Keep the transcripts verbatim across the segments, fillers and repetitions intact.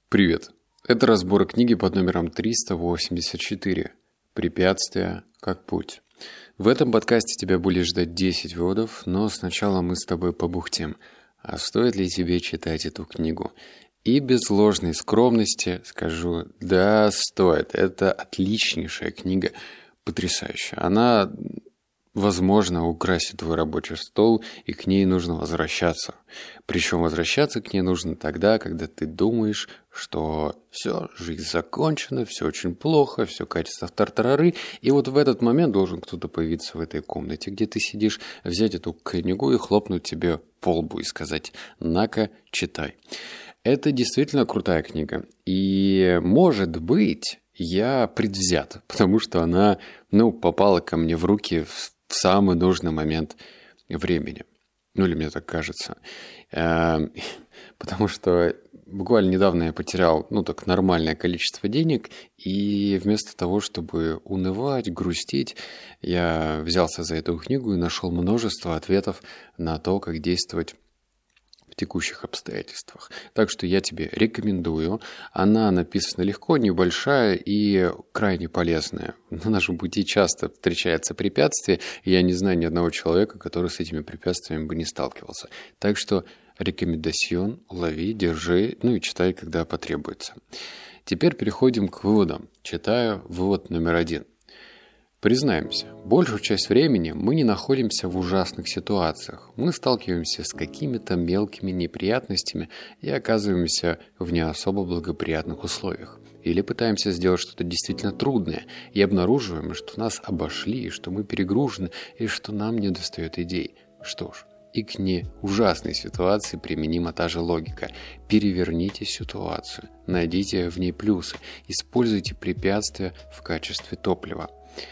Привет! Это разбор книги под номером триста восемьдесят четыре «Препятствия как путь». В этом подкасте тебя будет ждать десять выводов, но сначала мы с тобой побухтим. А стоит ли тебе читать эту книгу? И без ложной скромности скажу, да, стоит. Это отличнейшая книга, потрясающая. Она, возможно, украсит твой рабочий стол, и к ней нужно возвращаться. Причем возвращаться к ней нужно тогда, когда ты думаешь, что все, жизнь закончена, все очень плохо, все катится в тартарары, и вот в этот момент должен кто-то появиться в этой комнате, где ты сидишь, взять эту книгу и хлопнуть тебе по лбу и сказать «на-ка, читай». Это действительно крутая книга, и, может быть, я предвзят, потому что она, ну, попала ко мне в руки в в самый нужный момент времени. Ну, или мне так кажется. Потому что буквально недавно я потерял, ну, так, нормальное количество денег, и вместо того, чтобы унывать, грустить, я взялся за эту книгу и нашел множество ответов на то, как действовать в текущих обстоятельствах. Так что я тебе рекомендую. Она написана легко, небольшая и крайне полезная. На нашем пути часто встречаются препятствия, и я не знаю ни одного человека, который с этими препятствиями бы не сталкивался. Так что рекомендацион, лови, держи, ну и читай, когда потребуется. Теперь переходим к выводам. Читаю вывод номер один. Признаемся, большую часть времени мы не находимся в ужасных ситуациях. Мы сталкиваемся с какими-то мелкими неприятностями и оказываемся в не особо благоприятных условиях. Или пытаемся сделать что-то действительно трудное и обнаруживаем, что нас обошли, что мы перегружены и что нам недостает идей. Что ж, и к не ужасной ситуации применима та же логика. Переверните ситуацию, найдите в ней плюсы, используйте препятствия в качестве топлива.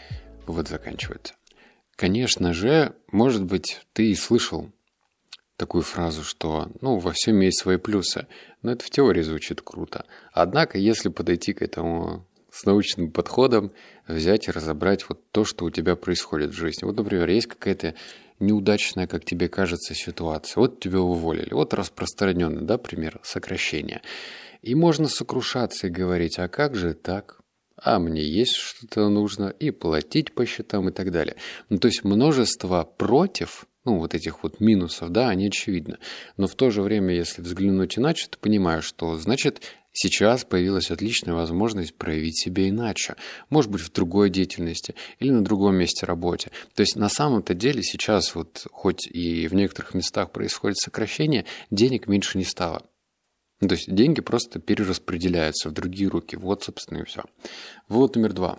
Вот заканчивается. Конечно же, может быть, ты и слышал такую фразу, что ну, во всем есть свои плюсы, но это в теории звучит круто. Однако, если подойти к этому с научным подходом, взять и разобрать вот то, что у тебя происходит в жизни. Вот, например, есть какая-то неудачная, как тебе кажется, ситуация. Вот тебя уволили. Вот распространенный, да, пример сокращения. И можно сокрушаться и говорить, а как же так? А мне есть что-то нужно, и платить по счетам и так далее. Ну, то есть множество против, ну, вот этих вот минусов, да, они очевидны. Но в то же время, если взглянуть иначе, ты понимаешь, что, значит, сейчас появилась отличная возможность проявить себя иначе. Может быть, в другой деятельности или на другом месте работы. То есть на самом-то деле сейчас, вот, хоть и в некоторых местах происходит сокращение, денег меньше не стало. То есть деньги просто перераспределяются в другие руки. Вот, собственно, и все. Вывод номер два.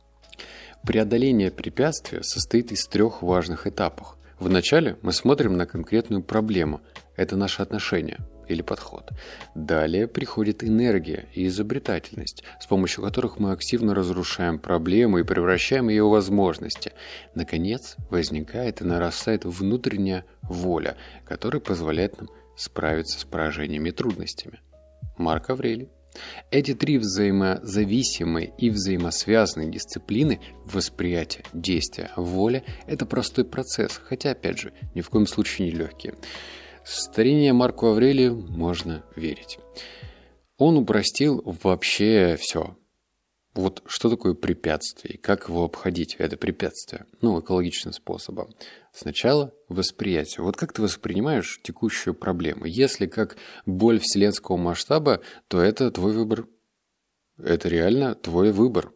Преодоление препятствия состоит из трех важных этапов. Вначале мы смотрим на конкретную проблему. Это наше отношение или подход. Далее приходит энергия и изобретательность, с помощью которых мы активно разрушаем проблемы и превращаем ее в возможности. Наконец, возникает и нарастает внутренняя воля, которая позволяет нам справиться с поражениями и трудностями. Марк Аврелий. Эти три взаимозависимые и взаимосвязанные дисциплины восприятия, действия, воля – это простой процесс, хотя, опять же, ни в коем случае не легкий. Старине Марку Аврелию можно верить. Он упростил вообще все. Вот что такое препятствие и как его обходить, это препятствие, ну, экологичным способом. Сначала восприятие. Вот как ты воспринимаешь текущую проблему? Если как боль вселенского масштаба, то это твой выбор. Это реально твой выбор.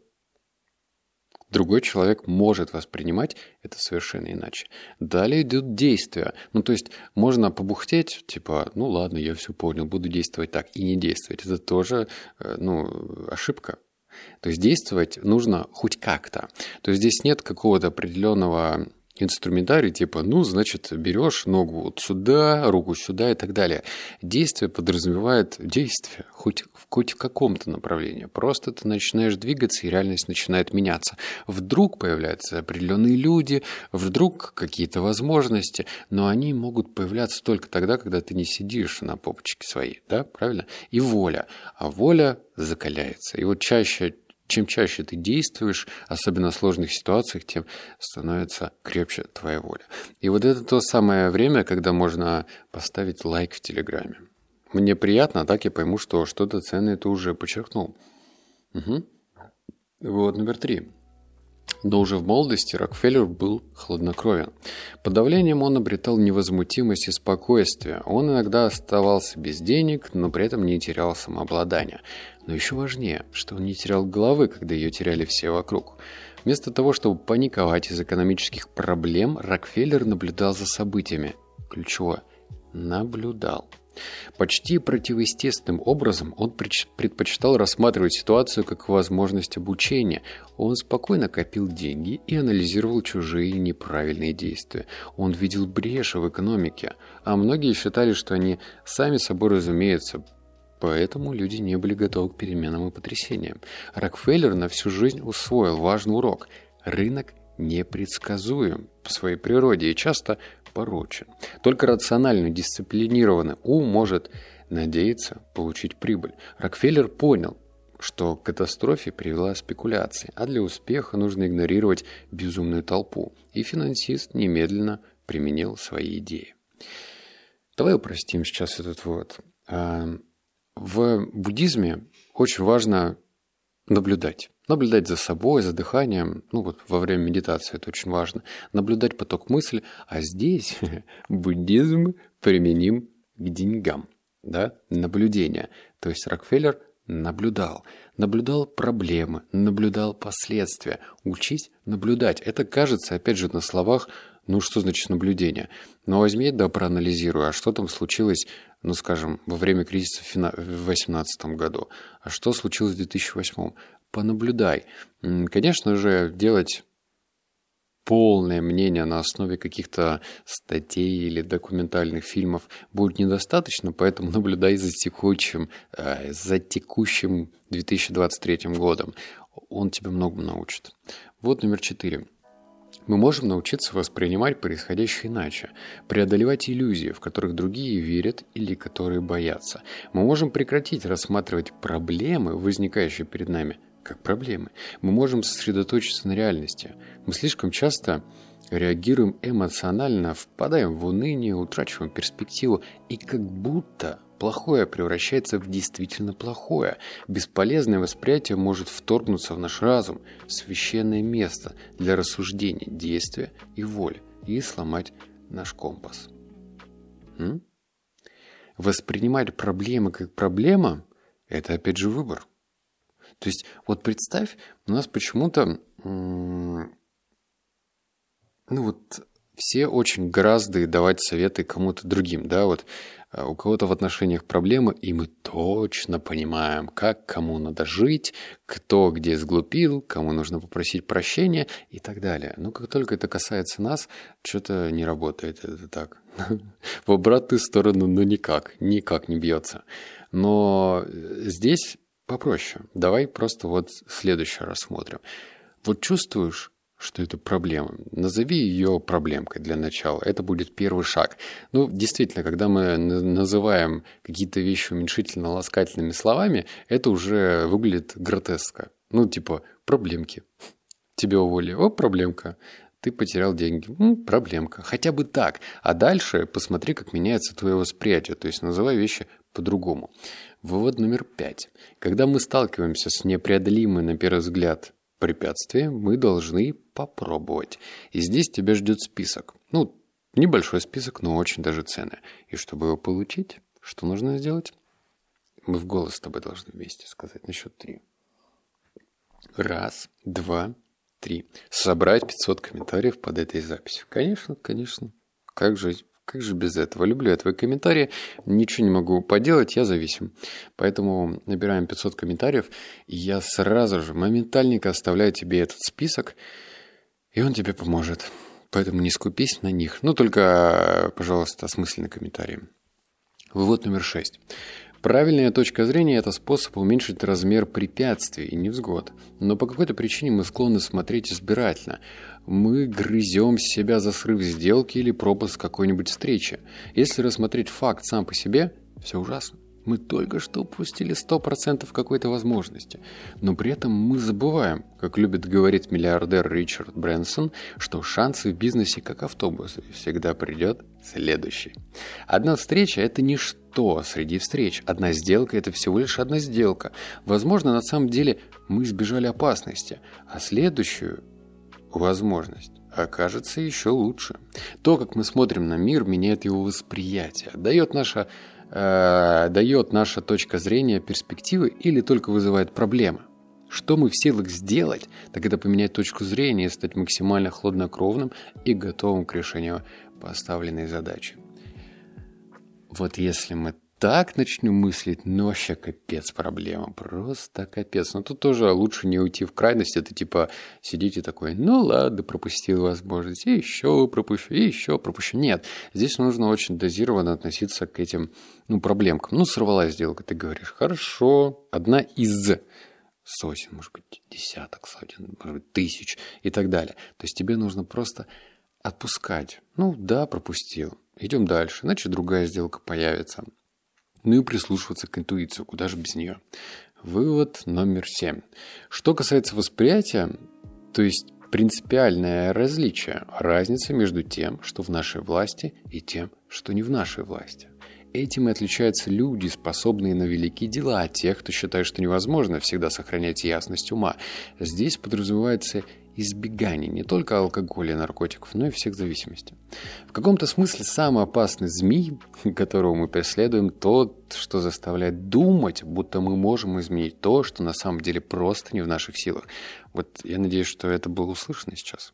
Другой человек может воспринимать это совершенно иначе. Далее идут действия. Ну, то есть можно побухтеть, типа, ну ладно, я все понял, буду действовать так, и не действовать. Это тоже, ну, ошибка. То есть действовать нужно хоть как-то. То есть здесь нет какого-то определенного инструментария, типа, ну, значит, берешь ногу вот сюда, руку сюда и так далее. Действие подразумевает действие, хоть, хоть в каком-то направлении. Просто ты начинаешь двигаться, и реальность начинает меняться. Вдруг появляются определенные люди, вдруг какие-то возможности, но они могут появляться только тогда, когда ты не сидишь на попочке своей, да, правильно? И воля. А воля закаляется. И вот чаще Чем чаще ты действуешь, особенно в сложных ситуациях, тем становится крепче твоя воля. И вот это то самое время, когда можно поставить лайк в Телеграме. мне приятно, а так я пойму, что что-то ценное ты уже подчеркнул. Угу. Вот номер три. Но уже в молодости Рокфеллер был хладнокровен. Под давлением он обретал невозмутимость и спокойствие. Он иногда оставался без денег, но при этом не терял самообладания. Но еще важнее, что он не терял головы, когда ее теряли все вокруг. Вместо того, чтобы паниковать из экономических проблем, Рокфеллер наблюдал за событиями. Ключевое – наблюдал. Почти противоестественным образом он предпочитал рассматривать ситуацию как возможность обучения. Он спокойно копил деньги и анализировал чужие неправильные действия. Он видел бреши в экономике, а многие считали, что они сами собой разумеются. Поэтому люди не были готовы к переменам и потрясениям. Рокфеллер на всю жизнь усвоил важный урок. Рынок непредсказуем по своей природе и часто порочен. Только рационально дисциплинированный ум может надеяться получить прибыль. Рокфеллер понял, что к катастрофе привела спекуляция, а для успеха нужно игнорировать безумную толпу. И финансист немедленно применил свои идеи. Давай упростим сейчас этот вывод. В буддизме очень важно наблюдать. Наблюдать за собой, за дыханием. Ну вот во время медитации это очень важно. Наблюдать поток мысли. А здесь буддизм применим к деньгам. Да? Наблюдение. То есть Рокфеллер наблюдал. Наблюдал проблемы, наблюдал последствия. Учись наблюдать. Это кажется, опять же, на словах, ну что значит наблюдение? Но возьми, да проанализируй, а что там случилось, ну скажем, во время кризиса в две тысячи восемнадцатом году? А что случилось в две тысячи восьмом? Понаблюдай. Конечно же, делать полное мнение на основе каких-то статей или документальных фильмов будет недостаточно, поэтому наблюдай за текущим, э, за текущим две тысячи двадцать третьим годом. Он тебя многому научит. Вот номер четыре. Мы можем научиться воспринимать происходящее иначе, преодолевать иллюзии, в которых другие верят или которые боятся. Мы можем прекратить рассматривать проблемы, возникающие перед нами, как проблемы. Мы можем сосредоточиться на реальности. Мы слишком часто реагируем эмоционально, впадаем в уныние, утрачиваем перспективу, и как будто плохое превращается в действительно плохое. Бесполезное восприятие может вторгнуться в наш разум, священное место для рассуждения, действия и воли, и сломать наш компас. М? Воспринимать проблемы как проблема – это опять же выбор. То есть, вот представь, у нас почему-то, ну вот, все очень гораздо давать советы кому-то другим, да, вот у кого-то в отношениях проблемы, и мы точно понимаем, как кому надо жить, кто где сглупил, кому нужно попросить прощения и так далее. Но как только это касается нас, что-то не работает это так. В обратную сторону, ну никак, никак не бьется. Но здесь попроще. Давай просто вот следующее рассмотрим. Вот чувствуешь, что это проблема. Назови ее проблемкой для начала. Это будет первый шаг. Ну, действительно, когда мы называем какие-то вещи уменьшительно-ласкательными словами, это уже выглядит гротескно. Ну, типа, проблемки. Тебя уволили. О, проблемка. Ты потерял деньги. М, проблемка. Хотя бы так. А дальше посмотри, как меняется твое восприятие. То есть называй вещи по-другому. Вывод номер пять. Когда мы сталкиваемся с непреодолимой, на первый взгляд, препятствием, мы должны попробовать. И здесь тебя ждет список. Ну, небольшой список, но очень даже ценный. И чтобы его получить, что нужно сделать? Мы в голос с тобой должны вместе сказать на счет три. Раз, два, три. Собрать пятьсот комментариев под этой записью. Конечно, конечно. Как же... Как же без этого? Люблю я твои комментарии. Ничего не могу поделать, я зависим. Поэтому набираем пятьсот комментариев, и я сразу же, моментальненько оставляю тебе этот список, и он тебе поможет. Поэтому не скупись на них. Ну, только, пожалуйста, осмысленные комментарии. Вывод номер шесть. Правильная точка зрения – это способ уменьшить размер препятствий и невзгод. Но по какой-то причине мы склонны смотреть избирательно. Мы грызем себя за срыв сделки или пропуск какой-нибудь встречи. Если рассмотреть факт сам по себе, все ужасно. Мы только что упустили сто процентов какой-то возможности. Но при этом мы забываем, как любит говорить миллиардер Ричард Брэнсон, что шансы в бизнесе как автобус. Всегда придет, следующий. Одна встреча – это ничто среди встреч. Одна сделка – это всего лишь одна сделка. Возможно, на самом деле мы избежали опасности, а следующую возможность окажется еще лучше. То, как мы смотрим на мир, меняет его восприятие, дает наша, э, дает наша точка зрения перспективы или только вызывает проблемы. Что мы в силах сделать, так это поменять точку зрения и стать максимально хладнокровным и готовым к решению поставленной задачи. Вот если мы так начнем мыслить, ну вообще капец проблема, просто капец. Но тут тоже лучше не уйти в крайность, это типа сидите такой, ну ладно, пропустил возможность, и еще пропущу, и еще пропущу. Нет, здесь нужно очень дозированно относиться к этим ну, проблемкам. Ну, сорвалась сделка, ты говоришь, хорошо, одна из сотен, может быть, десяток сотен, может быть, тысяч и так далее. То есть тебе нужно просто отпускать. Ну да, пропустил. Идем дальше, иначе другая сделка появится. Ну и прислушиваться к интуиции, куда же без нее. Вывод номер семь. Что касается восприятия, то есть принципиальное различие, разница между тем, что в нашей власти, и тем, что не в нашей власти. Этим и отличаются люди, способные на великие дела, от тех, кто считает, что невозможно всегда сохранять ясность ума. Здесь подразумевается избегание не только алкоголя и наркотиков, но и всех зависимостей. В каком-то смысле самый опасный змей, которого мы преследуем, тот, что заставляет думать, будто мы можем изменить то, что на самом деле просто не в наших силах. Вот я надеюсь, что это было услышано сейчас.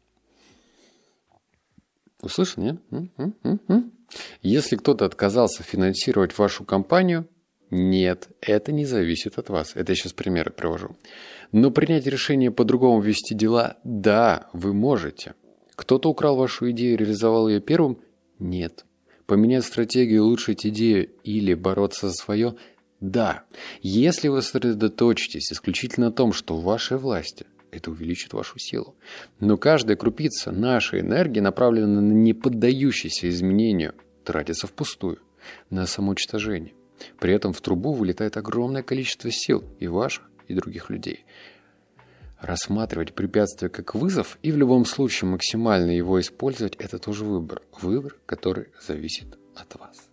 Услышано, нет? М-м-м-м. Если кто-то отказался финансировать вашу компанию, нет, это не зависит от вас. Это я сейчас примеры привожу. Но принять решение по-другому вести дела, да, вы можете. Кто-то украл вашу идею и реализовал ее первым? Нет. Поменять стратегию, улучшить идею или бороться за свое? Да. Если вы сосредоточитесь исключительно на том, что в вашей власти, это увеличит вашу силу. Но каждая крупица нашей энергии направлена на неподдающееся изменению, тратится впустую, на самоуничтожение. При этом в трубу вылетает огромное количество сил и ваших, и других людей. Рассматривать препятствие как вызов и в любом случае максимально его использовать – это тоже выбор. Выбор, который зависит от вас.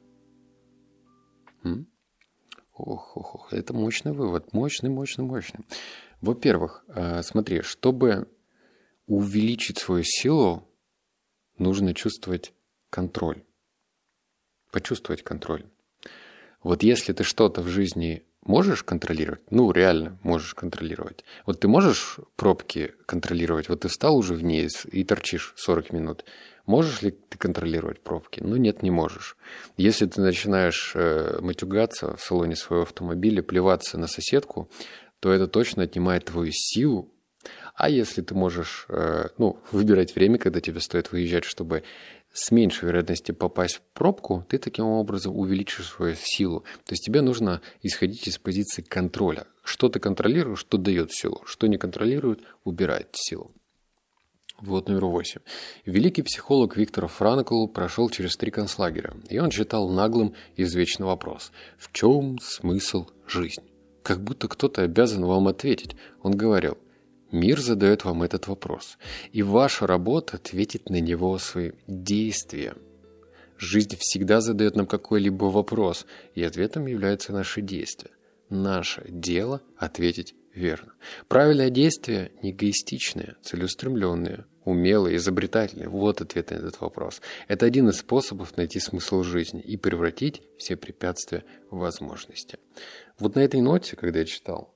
М? Ох, ох, ох, это мощный вывод. Мощный, мощный, мощный. Во-первых, смотри, чтобы увеличить свою силу, нужно чувствовать контроль. Почувствовать контроль. Вот если ты что-то в жизни можешь контролировать, ну, реально можешь контролировать. Вот ты можешь пробки контролировать? Вот ты встал уже в ней и торчишь сорок минут. Можешь ли ты контролировать пробки? Ну, нет, не можешь. Если ты начинаешь э, матюгаться в салоне своего автомобиля, плеваться на соседку, то это точно отнимает твою силу. А если ты можешь э, ну, выбирать время, когда тебе стоит выезжать, чтобы с меньшей вероятностью попасть в пробку, ты таким образом увеличишь свою силу. То есть тебе нужно исходить из позиции контроля. Что ты контролируешь, что дает силу. Что не контролирует, убирает силу. Вот номер восемь. Великий психолог Виктор Франкл прошел через три концлагеря. И он читал наглым извечный вопрос. В чем смысл жизни? Как будто кто-то обязан вам ответить. Он говорил. Мир задает вам этот вопрос, и ваша работа ответить на него своим действием. Жизнь всегда задает нам какой-либо вопрос, и ответом является наше действие. Наше дело – ответить верно. Правильное действие – не эгоистичное, целеустремленное, умелое, изобретательное. Вот ответ на этот вопрос. Это один из способов найти смысл жизни и превратить все препятствия в возможности. Вот на этой ноте, когда я читал,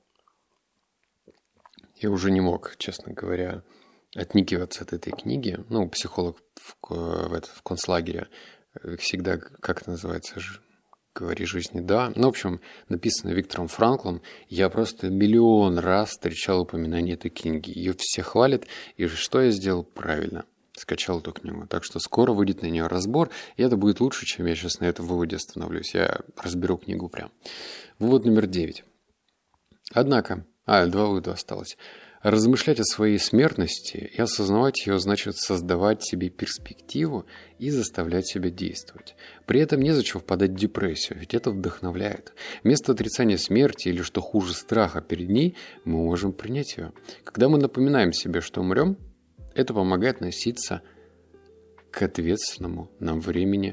я уже не мог, честно говоря, отникиваться от этой книги. Ну, психолог в, в, в концлагере всегда, как это называется, говори жизни, да. Ну, в общем, написано Виктором Франклом. Я просто миллион раз встречал упоминание этой книги. Ее все хвалят, и что я сделал правильно? Скачал эту книгу. Так что скоро выйдет на нее разбор, и это будет лучше, чем я сейчас на этом выводе остановлюсь. Я разберу книгу прям. Вывод номер девять. Однако... А, два вывода осталось. Размышлять о своей смертности и осознавать ее значит создавать себе перспективу и заставлять себя действовать. При этом незачем впадать в депрессию, ведь это вдохновляет. Вместо отрицания смерти или, что хуже, страха перед ней, мы можем принять ее. Когда мы напоминаем себе, что умрем, это помогает относиться к ответственному нам времени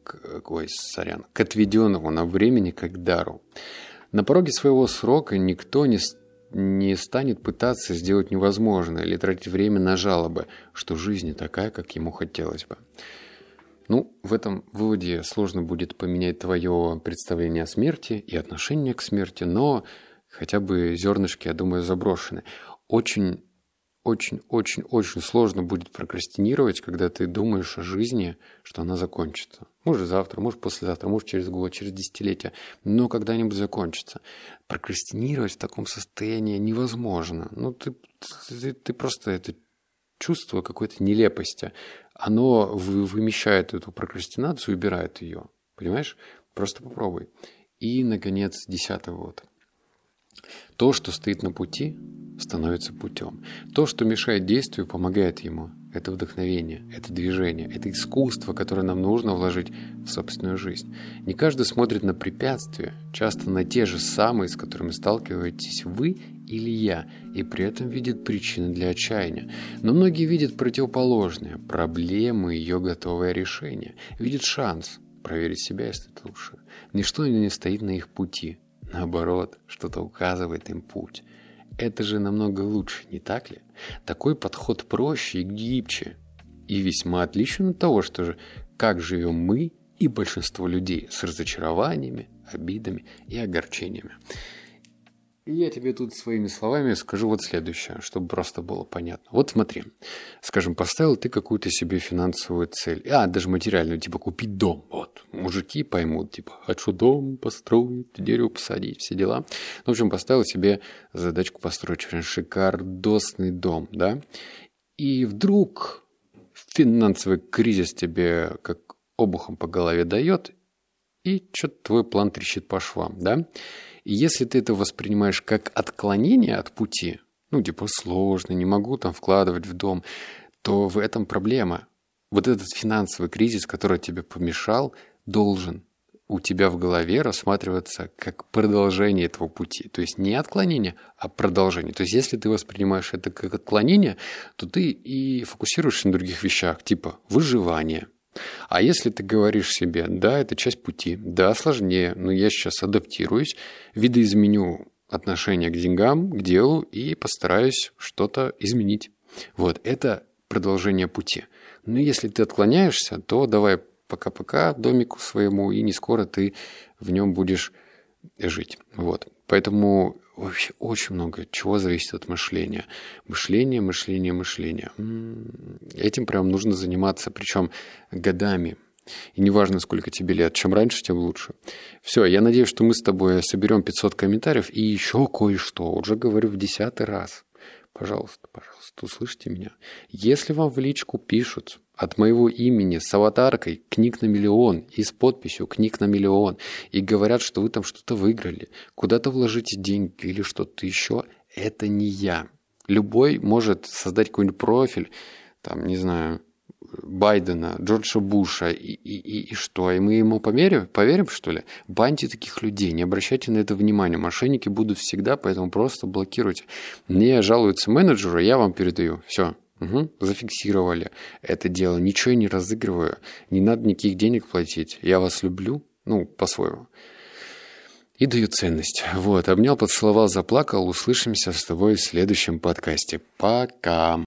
к, ой, сорян, к отведенному нам времени как к дару. На пороге своего срока никто не, не станет пытаться сделать невозможное или тратить время на жалобы, что жизнь не такая, как ему хотелось бы. Ну, в этом выводе сложно будет поменять твое представление о смерти и отношение к смерти, но хотя бы зернышки, я думаю, заброшены. Очень, очень, очень, очень сложно будет прокрастинировать, когда ты думаешь о жизни, что она закончится. Может, завтра, может, послезавтра, может, через год, через десятилетие, но когда-нибудь закончится. Прокрастинировать в таком состоянии невозможно. Ну, ты, ты, ты просто это чувство какой-то нелепости, оно вымещает эту прокрастинацию и убирает ее. Понимаешь? Просто попробуй. И, наконец, десятый вот. То, что стоит на пути, становится путем. То, что мешает действию, помогает ему. Это вдохновение, это движение, это искусство, которое нам нужно вложить в собственную жизнь. Не каждый смотрит на препятствия, часто на те же самые, с которыми сталкиваетесь вы или я, и при этом видит причины для отчаяния. Но многие видят противоположное, проблемы и ее готовое решение. Видят шанс проверить себя и стать лучше. Ничто не стоит на их пути. Наоборот, что-то указывает им путь. Это же намного лучше, не так ли? Такой подход проще и гибче. И весьма отличен от того, что же, как живем мы и большинство людей с разочарованиями, обидами и огорчениями. И я тебе тут своими словами скажу вот следующее, чтобы просто было понятно. Вот смотри, скажем, поставил ты какую-то себе финансовую цель, а, даже материальную, типа купить дом. Вот, мужики поймут, типа, хочу дом построить, дерево посадить, все дела. Ну, в общем, поставил себе задачку построить шикардосный дом, да? И вдруг финансовый кризис тебе как обухом по голове дает, и что-то твой план трещит по швам, да? И если ты это воспринимаешь как отклонение от пути, ну, типа, сложно, не могу там вкладывать в дом, то в этом проблема. Вот этот финансовый кризис, который тебе помешал, должен у тебя в голове рассматриваться как продолжение этого пути. То есть не отклонение, а продолжение. То есть если ты воспринимаешь это как отклонение, то ты и фокусируешься на других вещах, типа выживание. А если ты говоришь себе, да, это часть пути, да, сложнее, но я сейчас адаптируюсь, видоизменю отношение к деньгам, к делу и постараюсь что-то изменить. Вот, это продолжение пути. Но если ты отклоняешься, то давай пока-пока домику своему, и не скоро ты в нем будешь жить. Вот. Поэтому вообще очень много чего зависит от мышления. Мышление, мышление, мышление. Этим прям нужно заниматься, причем годами. И неважно, сколько тебе лет. Чем раньше, тем лучше. Все, я надеюсь, что мы с тобой соберем пятьсот комментариев и еще кое-что. Уже говорю в десятый раз. Пожалуйста, пожалуйста, услышьте меня. Если вам в личку пишут от моего имени с аватаркой «Книг на миллион» и с подписью «Книг на миллион» и говорят, что вы там что-то выиграли, куда-то вложите деньги или что-то еще, это не я. Любой может создать какой-нибудь профиль, там, не знаю, Байдена, Джорджа Буша, и, и, и, и что? И мы ему поверим, поверим, что ли? Баньте таких людей, не обращайте на это внимания. Мошенники будут всегда, поэтому просто блокируйте. Мне жалуются менеджеры, я вам передаю. Все, угу, зафиксировали это дело. Ничего я не разыгрываю, не надо никаких денег платить. Я вас люблю, ну, по-своему. И даю ценность. Вот, обнял, поцеловал, заплакал. Услышимся с тобой в следующем подкасте. Пока.